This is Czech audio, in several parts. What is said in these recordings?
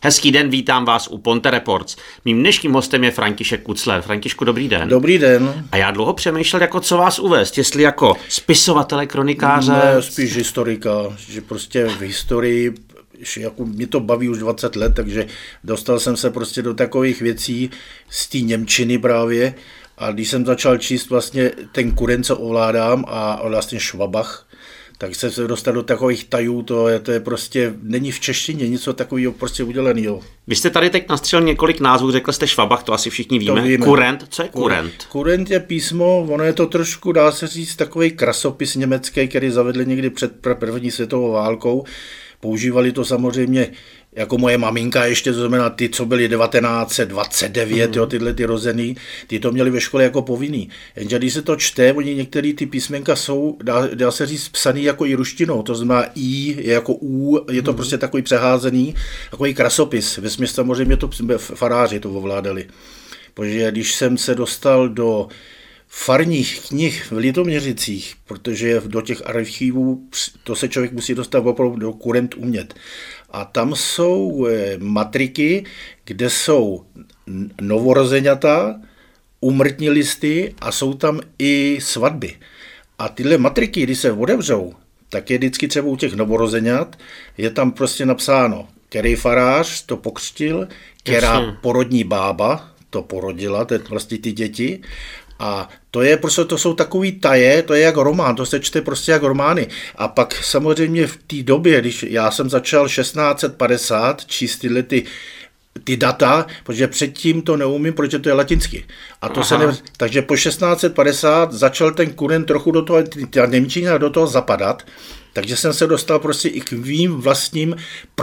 Hezký den, vítám vás u Ponte Reports. Mým dnešním hostem je František Kucler. Františku, dobrý den. Dobrý den. A já dlouho přemýšlel, jako co vás uvést, jestli jako spisovatele, kronikáře. Ne, spíš historika, že prostě v historii, jako mě to baví už 20 let, takže dostal jsem se prostě do takových věcí z té němčiny právě. A když jsem začal číst vlastně ten Kurent, co ovládám, a vlastně Schwabach, tak jsem se dostal do takových tajů, to je prostě, není v češtině nic takového prostě udělaného. Vy jste tady teď nastřelil několik názvů, řekl jste Schwabach, to asi všichni víme. Kurent, co je Kurent? Kurent je písmo, ono je to trošku, dá se říct, takový krasopis německý, který zavedli někdy před první světovou válkou. Používali to samozřejmě jako moje maminka ještě, to znamená ty, co byli 1929, jo, tyhle ty rozený, ty to měli ve škole jako povinný. Jenže když se to čte, oni některé ty písmenka jsou, dá se říct, psaný jako i ruštinou, to znamená I je jako U, je to prostě takový přeházený, takový krasopis. Vesměs samozřejmě to faráři to ovládali. Protože když jsem se dostal do farních knih v Litoměřicích, protože do těch archivů to se člověk musí dostat opravdu do Kurent umět. A tam jsou matriky, kde jsou novorozeňata, úmrtní listy a jsou tam i svatby. A tyhle matriky, když se otevřou, tak je vždycky třeba u těch novorozeňat, je tam prostě napsáno, který farář to pokřtil, která porodní bába to porodila, to je vlastně ty děti. A to je prostě, to jsou takový taje, to je jak román, to se čte prostě jak romány. A pak samozřejmě v té době, když já jsem začal 1650 číst tyhle ty data, protože předtím to neumím, protože to je latinsky. A to takže po 1650 začal ten Kurent trochu do toho, ta němčina do toho zapadat. Takže jsem se dostal prostě i k mým vlastním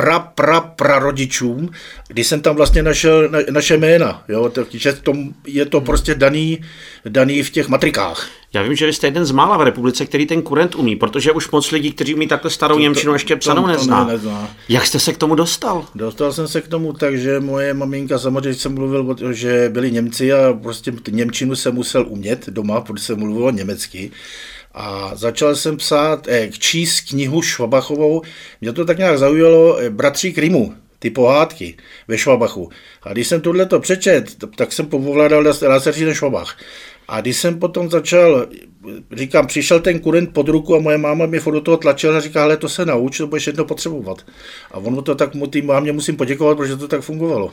prarodičům, když jsem tam vlastně našel naše jména. Jo? Takže je to prostě daný v těch matrikách. Já vím, že vy jste jeden z mála v republice, který ten Kurent umí, protože už moc lidí, kteří umí takhle starou němčinu, ještě psanou nezná. Jak jste se k tomu dostal? Dostal jsem se k tomu tak, že moje maminka, samozřejmě jsem mluvil, že byli Němci a prostě němčinu jsem musel umět doma, protože jsem mluvil německy. A začal jsem číst knihu Schwabachovou. Mě to tak nějak zaujalo, Bratří Grimmů, ty pohádky ve Schwabachu. A když jsem tohleto přečet, tak jsem povládal, dá se říct, Schwabach. A když jsem potom začal, říkám, přišel ten Kurent pod ruku a moje máma mě do toho tlačila a říká, ale to se nauč, to budeš jedno potřebovat. A ono to tak, tým mámě musím poděkovat, protože to tak fungovalo.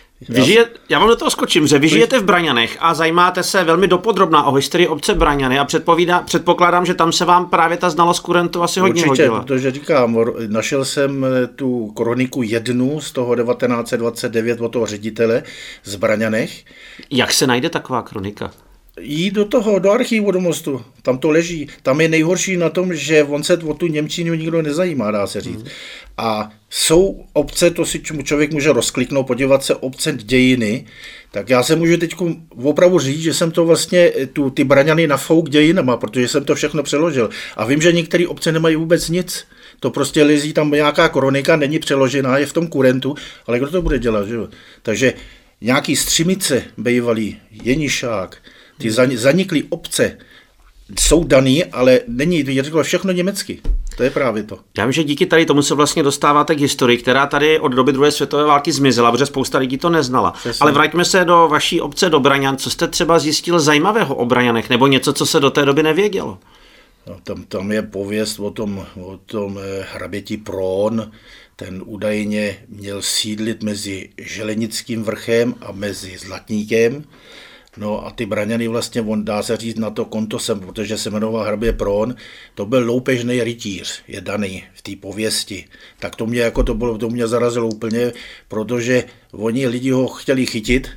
Já vám do toho skočím, že vy žijete v Braňanech a zajímáte se velmi dopodrobná o historii obce Braňany a předpokládám, že tam se vám právě ta znalost Kurentu asi hodně hodila. Protože říkám, našel jsem tu kroniku jednu z toho 1929 od toho ředitele z Braňanech. Jak se najde taková kronika? Jít do archivu do Mostu, tam to leží. Tam je nejhorší na tom, že on se o tu němčinu nikdo nezajímá, dá se říct. A jsou obce, to si člověk může rozkliknout, podívat se obce dějiny, tak já se můžu teď opravdu říct, že jsem to vlastně ty Braňany nafouk dějinama, protože jsem to všechno přeložil. A vím, že některé obce nemají vůbec nic. To prostě lezí tam nějaká kronika, není přeložená, je v tom Kurentu, ale kdo to bude dělat, že jo? Takže nějaký Střimice bývalý, Jenišák, ty zaniklý obce jsou daný, ale není, je řekl všechno německy. To je právě to. Já vím, že díky tady tomu se vlastně dostáváte k historii, která tady od doby druhé světové války zmizela, protože spousta lidí to neznala. Přesně. Ale vraťme se do vaší obce, do Braňan. Co jste třeba zjistil zajímavého o Braňanech, nebo něco, co se do té doby nevědělo? No, tam je pověst o tom hraběti Prón. Ten údajně měl sídlit mezi Želenickým vrchem a mezi Zlatníkem. No a ty Braňany vlastně, on dá se říct na to konto protože se jmenoval hrabě Prón, to byl loupežný rytíř, je daný v té pověsti. Tak to mě zarazilo úplně, protože oni lidi ho chtěli chytit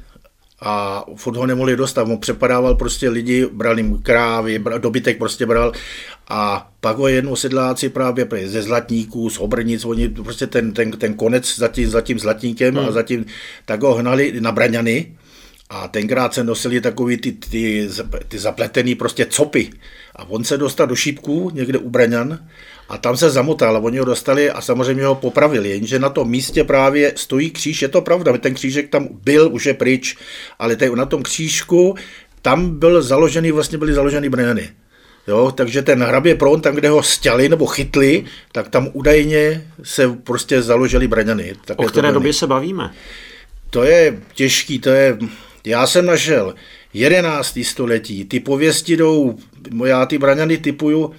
a furt ho nemohli dostat. On přepadával prostě lidi, bral jim krávy, dobytek prostě bral a pak ho jednou sedláci právě ze Zlatníků, z Obrnic, oni prostě ten konec za tím Zlatníkem a zatím tak ho hnali na Braňany. A tenkrát se nosili takový ty zapletený prostě copy. A on se dostal do šípků někde u Braňan a tam se zamotal a oni ho dostali a samozřejmě ho popravili. Jenže na tom místě právě stojí kříž, je to pravda, ten křížek tam byl, už je pryč, ale na tom křížku tam byly založeny Braňany. Jo, takže ten hrabě Pron, tam, kde ho sťali nebo chytli, tak tam údajně se prostě založili Braňany. O které době se bavíme? To je těžký, já jsem našel 11. století, ty pověsti jdou, já ty Braňany typuju,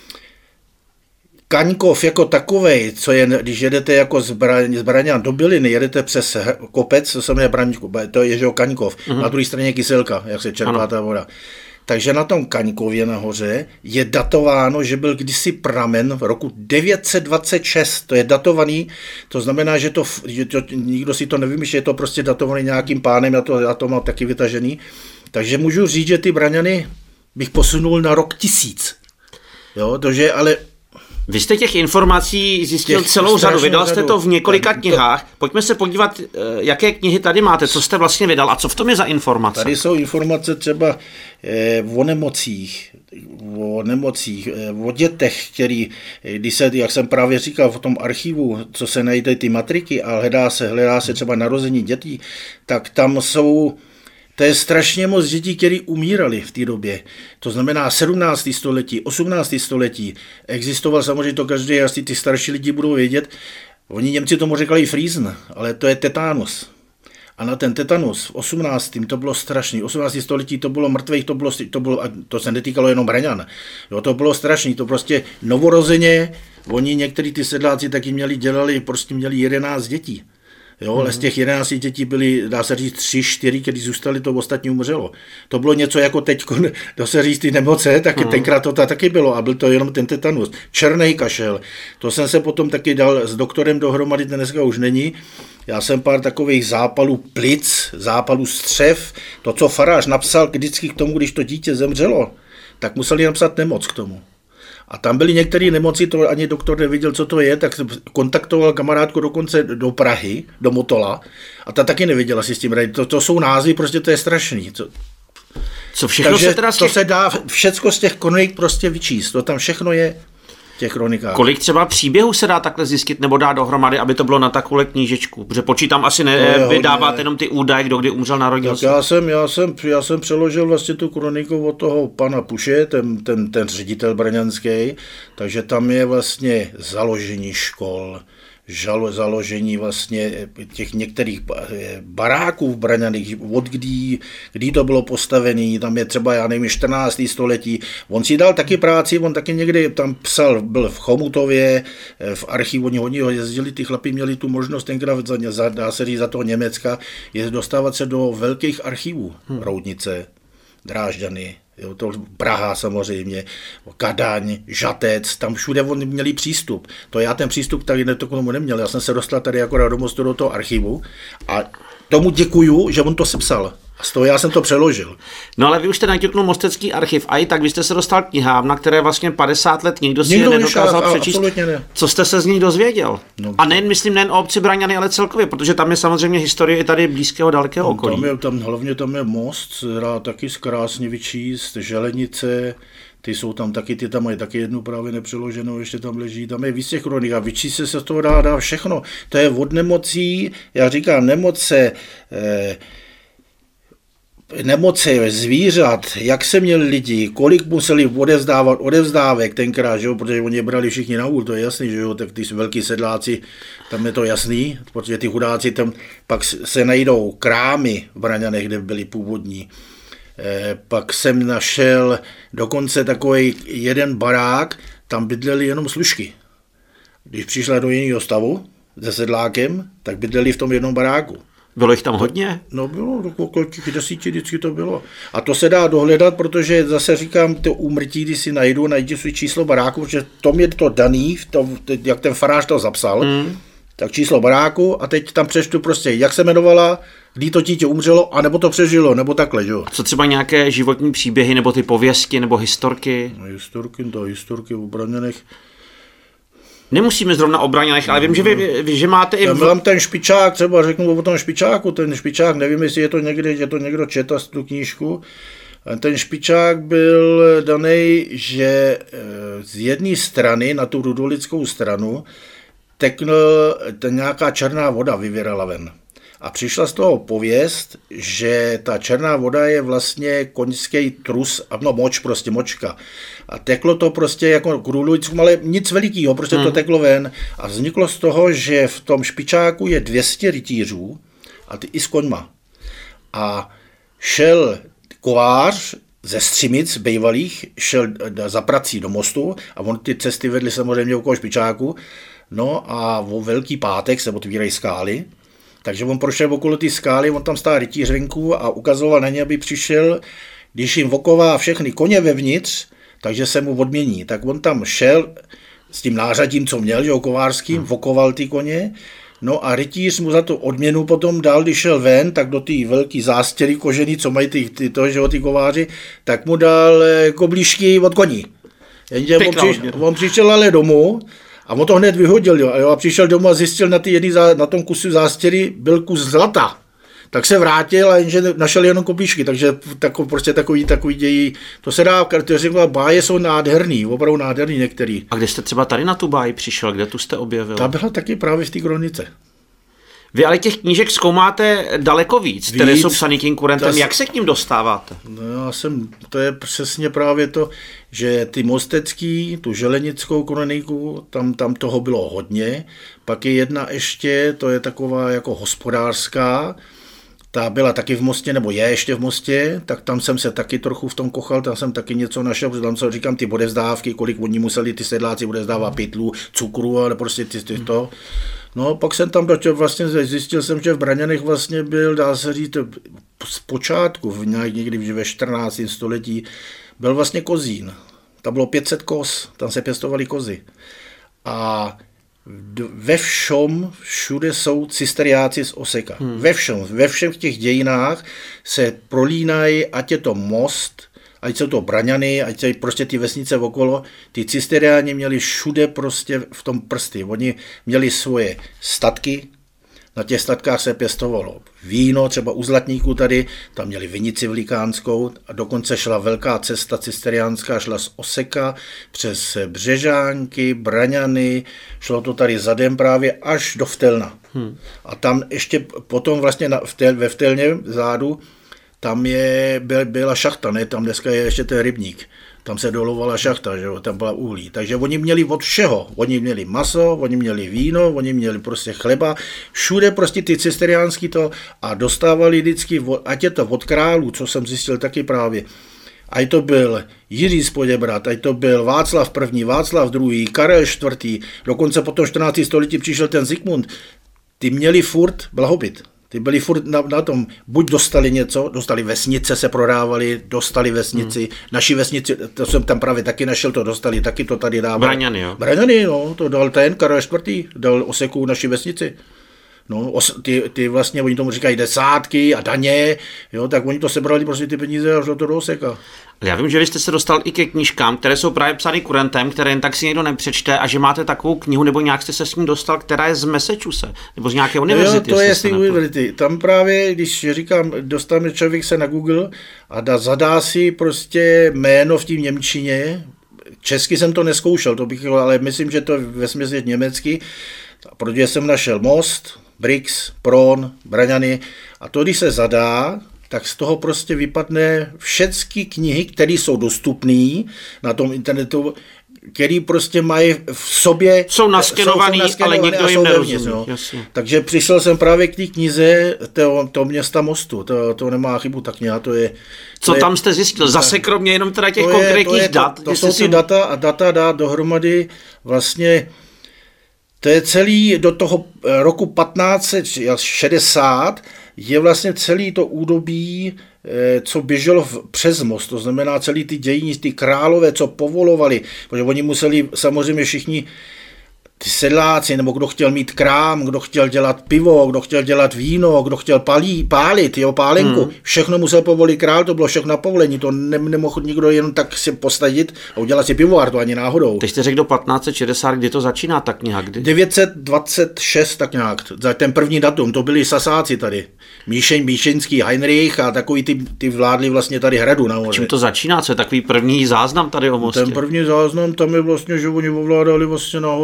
Kaňkov jako takovej, co je, když jedete jako z Braňan do Byliny, jedete přes kopec, co se jmenuje to je, že Kaňkov, na druhé straně Kyselka, jak se čerpá ta voda. Takže na tom Kaňkově nahoře je datováno, že byl kdysi pramen v roku 926. To je datovaný, to znamená, že nikdo si to nevymyslí, je to prostě datovaný nějakým pánem, já to mám taky vytažený. Takže můžu říct, že ty Braňany bych posunul na rok 1000. Jo, takže ale... Vy jste těch informací zjistil celou řadu, vydal jste to v několika knihách. Pojďme se podívat, jaké knihy tady máte, co jste vlastně vydal a co v tom je za informace. Tady jsou informace třeba o nemocích, o dětech, který, když se, jak jsem právě říkal v tom archivu, co se najde ty matriky a hledá se třeba narození dětí, tak tam jsou... To je strašně moc dětí, které umírali v té době. To znamená 17. století, 18. století. Existoval samozřejmě to každý, asi ty starší lidi budou vědět. Oni Němci tomu říkali Friesen, ale to je tetanus. A na ten tetanus v 18. to bylo strašný. 18. století to bylo mrtvých, to se netýkalo jenom Braňan. Jo, to bylo strašný, to prostě novorozeně, oni některý ty sedláci taky měli 11 dětí. Jo, ale z těch 11 dětí byly, dá se říct, 3-4, když zůstali, to ostatní umřelo. To bylo něco jako teď, dá se říct, ty nemoce, taky tenkrát to taky bylo a byl to jenom ten tetanus. Černý kašel, to jsem se potom taky dal s doktorem dohromady, ten dneska už není. Já jsem pár takových zápalů plic, zápalů střev, to, co farář napsal vždycky k tomu, když to dítě zemřelo, tak museli napsat nemoc k tomu. A tam byly některé nemoci, to ani doktor neviděl, co to je, tak kontaktoval kamarádku dokonce do Prahy, do Motola, a ta taky nevěděla si s tím radit. To jsou názvy, prostě to je strašný. Co všechno takže se teda to se dá všecko z těch kronik prostě vyčíst, to tam všechno je v těch kronikách. Kolik třeba příběhů se dá takhle zjistit nebo dá dohromady, aby to bylo na takovou knížečku? Protože počítám asi nevydávat jenom ty údaje, kdo kdy umřel, narodil se. Já jsem přeložil vlastně tu kroniku od toho pana Puše, ten ředitel braňanský, takže tam je vlastně založení škol, založení vlastně těch některých baráků v Braňanech, od kdy to bylo postavené, tam je třeba, já nevím, 14. století. On si dal taky práci, on taky někdy tam psal, byl v Chomutově, v archivu, oni ho jezdili, ty chlapi měli tu možnost tenkrát, dá se říct, za toho Německa, dostávat se do velkých archivů, Roudnice, Drážďany, jo, to Praha samozřejmě, Kadaň, Žatec, tam všude oni měli přístup. To já ten přístup tady k tomu neměl, já jsem se dostal tady akorát do Mostu do toho archivu a tomu děkuju, že on to sepsal. A z toho já jsem to přeložil. No ale vy už jste naťuknul Mostecký archiv a i tak vy jste se dostal k knihám, na které vlastně 50 let nikdo si je nedokázal přečíst. Ne. Co jste se z nich dozvěděl? No, a nejen o obci Braňany, ale celkově, protože tam je samozřejmě historie i tady blízkého, dalekého okolí. Hlavně tam je most, dá taky krásně vyčíst, Želenice, ty jsou tam taky, ty tam mají taky jednu právě nepřeloženou, ještě tam leží, tam je víc těch kronik a vyčíst se z toho dá všechno. To je od nemocí, já říkám nemoce zvířat, jak se měli lidi, kolik museli odevzdávek tenkrát, že jo, protože oni je brali všichni na úl, to je jasný, že jo, tak ty velký sedláci, tam je to jasný, protože ty chudáci tam pak se najdou krámy v Braňanech, kde byli původní. Pak jsem našel dokonce takový jeden barák, tam bydleli jenom služky. Když přišla do jiného stavu se sedlákem, tak bydleli v tom jednom baráku. Bylo jich tam hodně? No bylo, okolo těch 10 vždycky to bylo. A to se dá dohledat, protože zase říkám, to úmrtí, když si najdi si číslo baráku, protože tom je to daný, jak ten farář to zapsal, tak číslo baráku a teď tam přečtu prostě, jak se jmenovala, kdy to dítě umřelo, anebo to přežilo, nebo takhle, jo. Co třeba nějaké životní příběhy, nebo ty pověsti, nebo historky? No, historky o Braňanech. Nemusíme zrovna o Braňanech, ale vím, že vy že máte i... Mám ten Špičák, třeba řeknu o tom Špičáku, ten Špičák, nevím, jestli je to někdo četl tu knížku. Ten Špičák byl daný, že z jedné strany, na tu rudolickou stranu, nějaká černá voda vyvěrala ven. A přišla z toho pověst, že ta černá voda je vlastně koňský trus, moč, prostě močka. A teklo to prostě jako krůlujícům, ale nic velikýho, prostě to teklo ven. A vzniklo z toho, že v tom špičáku je 200 rytířů, a ty i s koňma. A šel kovář ze Střimic bývalých, šel za prací do Mostu a on ty cesty vedly samozřejmě okolo špičáku. No a o Velký pátek se otvírají skály, takže on prošel okolo ty skály, on tam stál rytíř venku a ukazoval na ně, aby přišel, když jim voková všechny koně vevnitř, takže se mu odmění. Tak on tam šel s tím nářadím, co měl, že kovářským, vokoval ty koně. No a rytíř mu za tu odměnu potom dal, když šel ven, tak do té velké zástěry kožený, co mají ty kováři, tak mu dal koblížky od koní. Jenže on přišel ale domů a on to hned vyhodil. Jo, a přišel domů a zjistil na tom kusu zástěry byl kus zlata. Tak se vrátil a jenže našel jenom koblížky, takže prostě takový dějí, to se dá, to řekla, báje jsou nádherný, opravdu nádherný některý. A kde jste třeba tady na tu báji přišel, kde tu jste objevil? Ta byla taky právě v té kronice. Vy ale těch knížek zkoumáte daleko víc, které jsou psaný tím kurentem. Jak se k ním dostáváte? No, to je přesně právě to, že ty mostecký, tu želenickou kroniku, tam toho bylo hodně. Pak je jedna ještě, to je taková jako hospodářská, ta byla taky v Mostě, nebo je ještě v Mostě, tak tam jsem se taky trochu v tom kochal, tam jsem taky něco našel, protože tam, co říkám, ty odevzdávky, kolik oni museli ty sedláci odevzdávat pytlů, cukru, ale prostě ty to. No, pak jsem tam vlastně zjistil jsem, že v Braňanech vlastně byl, dá se říct, z počátku, někdy ve 14. století, byl vlastně kozín. Tam bylo 500 koz, tam se pěstovali kozy. A všude jsou cisteriáci z Oseka. Ve všech těch dějinách se prolínají, ať je to Most, ať jsou to Braňany, ať jsou prostě ty vesnice okolo, ty cisteriáni měli všude prostě v tom prsty. Oni měli svoje statky, na těch statkách se pěstovalo víno, třeba u Zlatníků tady, tam měli vinici velikánskou a dokonce šla velká cesta cisteriánská, šla z Oseka přes Břežánky, Braňany, šlo to tady zadem právě až do Vtelna. A tam ještě potom vlastně ve Vtelně vzadu, tam byla šachta, ne? Tam dneska je ještě ten rybník. Tam se dolovala šachta, že jo? Tam byla uhlí. Takže oni měli od všeho. Oni měli maso, oni měli víno, oni měli prostě chleba. Všude prostě ty cisteriánský to a dostávali vždycky, ať je to od králů, co jsem zjistil taky právě. Ať to byl Jiří z Poděbrad, ať to byl Václav I., Václav II., Karel IV., dokonce potom 14. století přišel ten Zikmund. Ty měli furt blahobyt. Ty byli furt na tom, buď dostali něco, dostali vesnice, se prodávali, dostali vesnici, naši vesnici, to jsem tam právě taky našel, to dostali, taky to tady dával. Braňany, jo? Braňany, no, to dal ten Karel IV., dal Oseku naši vesnici. No, ty vlastně, oni tomu říkají desátky a daně, jo, tak oni to sebrali prostě ty peníze a šlo to do Oseka. Já vím, že vy jste se dostal i ke knížkám, které jsou právě psány kurentem, které jen tak si někdo nepřečte a že máte takovou knihu, nebo nějak jste se s ním dostal, která je z Massachusetts, nebo z nějaké univerzity. Jo, to je z té univerzity. Tam právě, když říkám, dostane člověk se na Google a zadá si prostě jméno v té němčině, česky jsem to neskoušel, ale myslím, že to vesměs je německy, protože jsem našel Most, Brix, Pron, Braňany a to, když se zadá, tak z toho prostě vypadne všechny knihy, které jsou dostupné na tom internetu, který prostě mají v sobě... Jsou naskenovaný, ale nikdo jim nerozumí. No. Takže přišel jsem právě k té knize toho města Mostu. To nemá chybu, ta kniha, to je... Co tam jste zjistil? Zase kromě jenom teda těch konkrétních dat? To jsou ty data a data dá dohromady vlastně... To je celý do toho roku 1560 je vlastně celý to údobí, co běželo přes most, to znamená celý ty dějiny, ty králové, co povolovali, protože oni museli samozřejmě všichni ty sedláci, nebo kdo chtěl mít krám, kdo chtěl dělat pivo, kdo chtěl dělat víno, kdo chtěl pálit, jo, pálenku, všechno musel povolit král, to bylo všechno na povolení, to nemohl nikdo jenom tak si postavit a udělat si pivovar, to ani náhodou. Teď jste řekl do 1560, kdy to začíná ta kniha, kdy? 926 tak nějak, za ten první datum, to byli Sasáci tady, Míšeňský, Heinrich a takový ty vládli vlastně tady hradu nahoře. Čím to začíná, co je takový první záznam tady o Mostě? Ten první záznam, tam je vlastně, že oni ovládali vlastně nahoře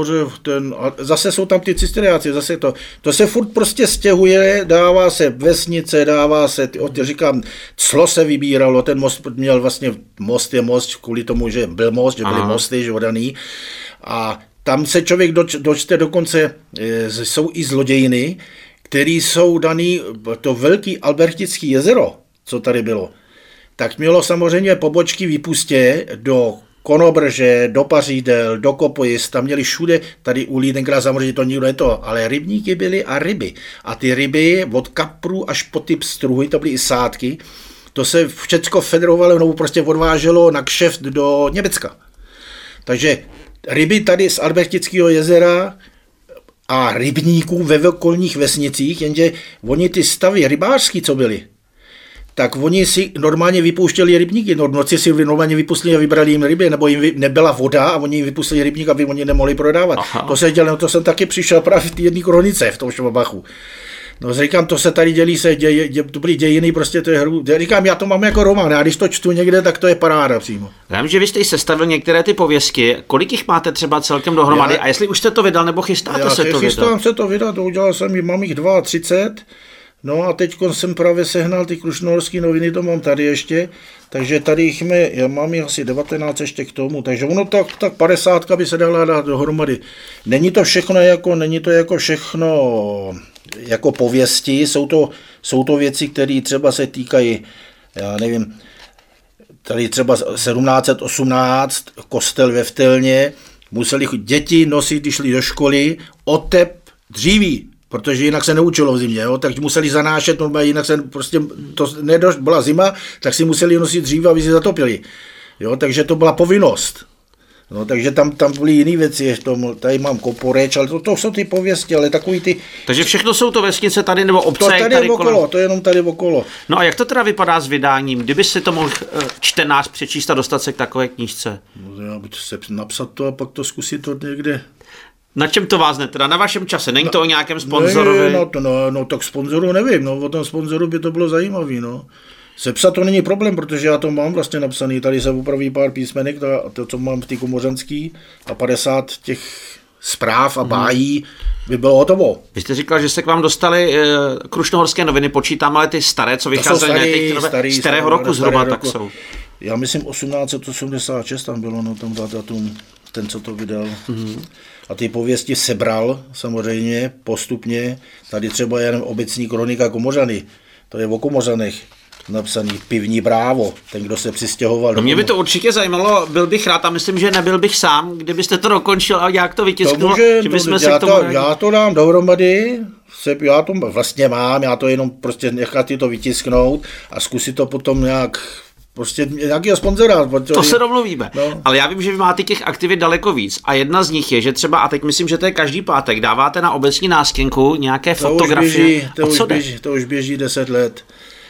a zase jsou tam ty cisternáci, zase to se furt prostě stěhuje, dává se vesnice, dává se, říkám, clo se vybíralo, ten most měl vlastně, most je most, kvůli tomu, že byl most, že byly mosty, že daný, a tam se člověk dočte dokonce, jsou i zlodějiny, který jsou daný, to velký Albertický jezero, co tady bylo, tak mělo samozřejmě pobočky výpustě do Konobrže, do Pařídel, do Kopojic, tam měli všude, tady u Lí tenkrát samozřejmě to nikdo neto, ale rybníky byly a ryby. A ty ryby od kapru až po ty pstruhy, to byly i sádky, to se všecko federovalo, nebo prostě odváželo na kšeft do Německa. Takže ryby tady z Albertického jezera a rybníků ve okolních vesnicích, jenže oni ty stavy rybářský, co byly, tak oni si normálně vypouštěli rybníky, no noci si normálně vypustili a vybrali jim ryby, nebo jim nebyla voda a oni jim vypustili rybník, aby oni nemohli prodávat. Aha. To se dělalo, to jsem taky přišel právě v té jedné kronice v tom Švabachu. No říkám, to se tady dělí, to byly dějiny, prostě to je hru. Říkám, já to mám jako román, já když to čtu někde, tak to je paráda přímo. Já vím, že vy jste jí sestavil některé ty pověstky, kolik jich máte třeba celkem dohromady a jestli už jste to vydal, nebo chystáte se to vydat? Chystám se to vydat, to udělal jsem, mám jich 32. No a teď jsem právě sehnal ty Krušnohorské noviny, to mám tady ještě, takže tady já mám jich asi 19 ještě k tomu, takže ono tak 50 by se dala dát dohromady. Není to jako všechno jako pověsti, jsou to věci, které třeba se týkají, já nevím, tady třeba 1718, kostel ve Vtelně, museli děti nosit, když šli do školy, otep dříví, protože jinak se neučilo v zimě, jo? Tak museli zanášet, jinak se prostě, byla zima, tak si museli nosit dříve, aby si zatopili. Jo? Takže to byla povinnost. No, takže tam byly jiné věci, tady mám Koporeč, ale to jsou ty pověsti, ale takový ty... Takže všechno jsou to vesnice tady, nebo obce? To tady okolo, to je jenom tady okolo. No a jak to teda vypadá s vydáním? Kdyby si to mohl čtenář přečíst a dostat se k takové knížce? No, já bych se napsat to a pak to zkusit to někde... Na čem to vázne teda? Na vašem čase? Není to o nějakém sponzorovi? No tak sponzoru nevím, no o tom sponzoru by to bylo zajímavý, no. Sepsat to není problém, protože já to mám vlastně napsaný, tady se upraví pár písmenek, to co mám v té komořanský a 50 těch zpráv a bájí by bylo hotovo. Vy jste říkal, že se k vám dostali Krušnohorské noviny, počítám, ale ty staré, co vycházely starého roku zhruba, tak jsou. Já myslím 1886 tam bylo, no tam datum, ten, co to vydal. A ty pověsti sebral samozřejmě postupně, tady třeba jen obecní kronika Komořany, to je o Komořanech napsaný, Pivní právo, ten, kdo se přistěhoval. No mě by to určitě zajímalo, byl bych rád a myslím, že nebyl bych sám, kdybyste to dokončil a jak to vytisknul, že bychom se k tomu... Já to dám dohromady, já to vlastně mám, já to jenom prostě nechat to vytisknout a zkusit to potom nějak prostě nějakýho sponzora. To se domluvíme, no. Ale já vím, že vy máte těch aktivit daleko víc a jedna z nich je, že třeba, a teď myslím, že to je každý pátek, dáváte na obecní nástěnku nějaké fotografie. To už běží 10 let.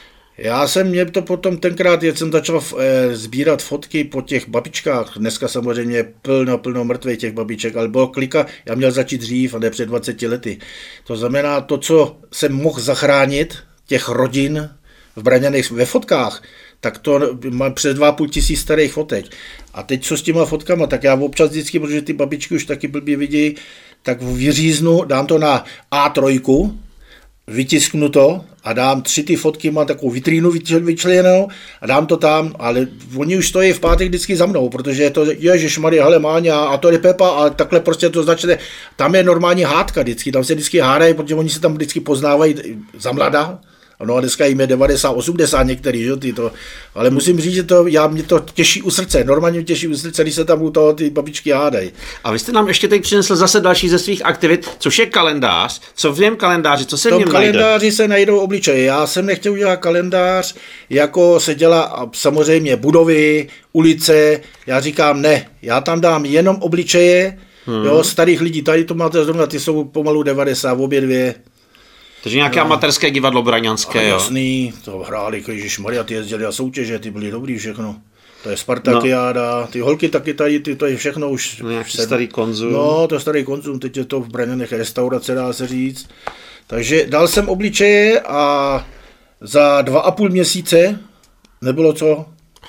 Mě to potom tenkrát, jsem začal sbírat fotky po těch babičkách, dneska samozřejmě plno mrtvých těch babiček, ale bylo klika, já měl začít dřív a ne před 20 lety. To znamená to, co jsem mohl zachránit, těch rodin v Braňanech ve fotkách, tak to mám přes 2,5 tisíc starých fotek. A teď co s těma fotkama, tak já občas vždycky, protože ty babičky už taky blbě vidí, tak vyříznu, dám to na A3, vytisknu to a dám 3 ty fotky, mám takovou vitrínu vyčleněnou a dám to tam, ale oni už stojí v pátek vždycky za mnou, protože je to ježišmarja, hele Máňa a to je Pepa a takhle prostě to začne, tam je normální hádka vždycky, tam se vždycky hádají, protože oni se tam vždycky poznávají za mladá. No a dneska jim je 90, 80 některý, že ale musím říct, že mě to těší u srdce, normálně mě těší u srdce, když se tam u toho ty babičky hádají. A vy jste nám ještě teď přinesl zase další ze svých aktivit, což je kalendář. Co v něm kalendáři, co se v něm najde? V kalendáři se najdou obličeje. Já jsem nechtěl udělat kalendář, jako se dělá samozřejmě budovy, ulice, já říkám ne, já tam dám jenom obličeje, jo, starých lidí, tady to máte zrovna, ty jsou pomalu 90, obě dvě. Takže nějaké amatérské divadlo braňanské, jo? Jasný, to hráli, ježišmarja, ty jezdili a soutěže, ty byly dobrý všechno. To je Spartakiáda, ty holky taky tady, to je všechno už. No nějaký starý konzum. No, to je starý konzum, teď je to v Braňanech restaurace, dá se říct. Takže dal jsem obličeje a za 2,5 měsíce nebylo co.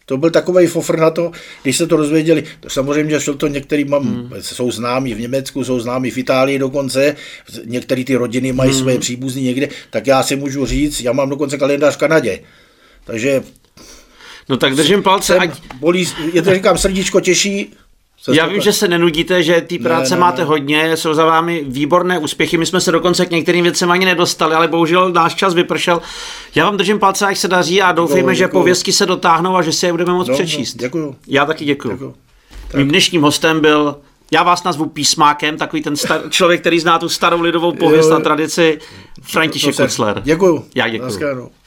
To byl takovej fofr na to, když se to dozvěděli. To samozřejmě šlo to některý, jsou známí v Německu, jsou známí v Itálii dokonce, některé ty rodiny mají své příbuzní někde, tak já si můžu říct, já mám dokonce kalendář v Kanadě. Takže... No tak držím palce, bolí, je to říkám, srdíčko těší. Já vím, že se nenudíte, že té práce máte hodně, jsou za vámi výborné úspěchy, my jsme se dokonce k některým věcem ani nedostali, ale bohužel náš čas vypršel. Já vám držím palce, ať se daří a doufejme, že pověstky se dotáhnou a že si je budeme moct přečíst. Děkuju. Já taky děkuju. Mým dnešním hostem byl, já vás nazvu písmákem, takový ten člověk, který zná tu starou lidovou pověst a tradici, František Kucler. Děkuju. Já děkuju.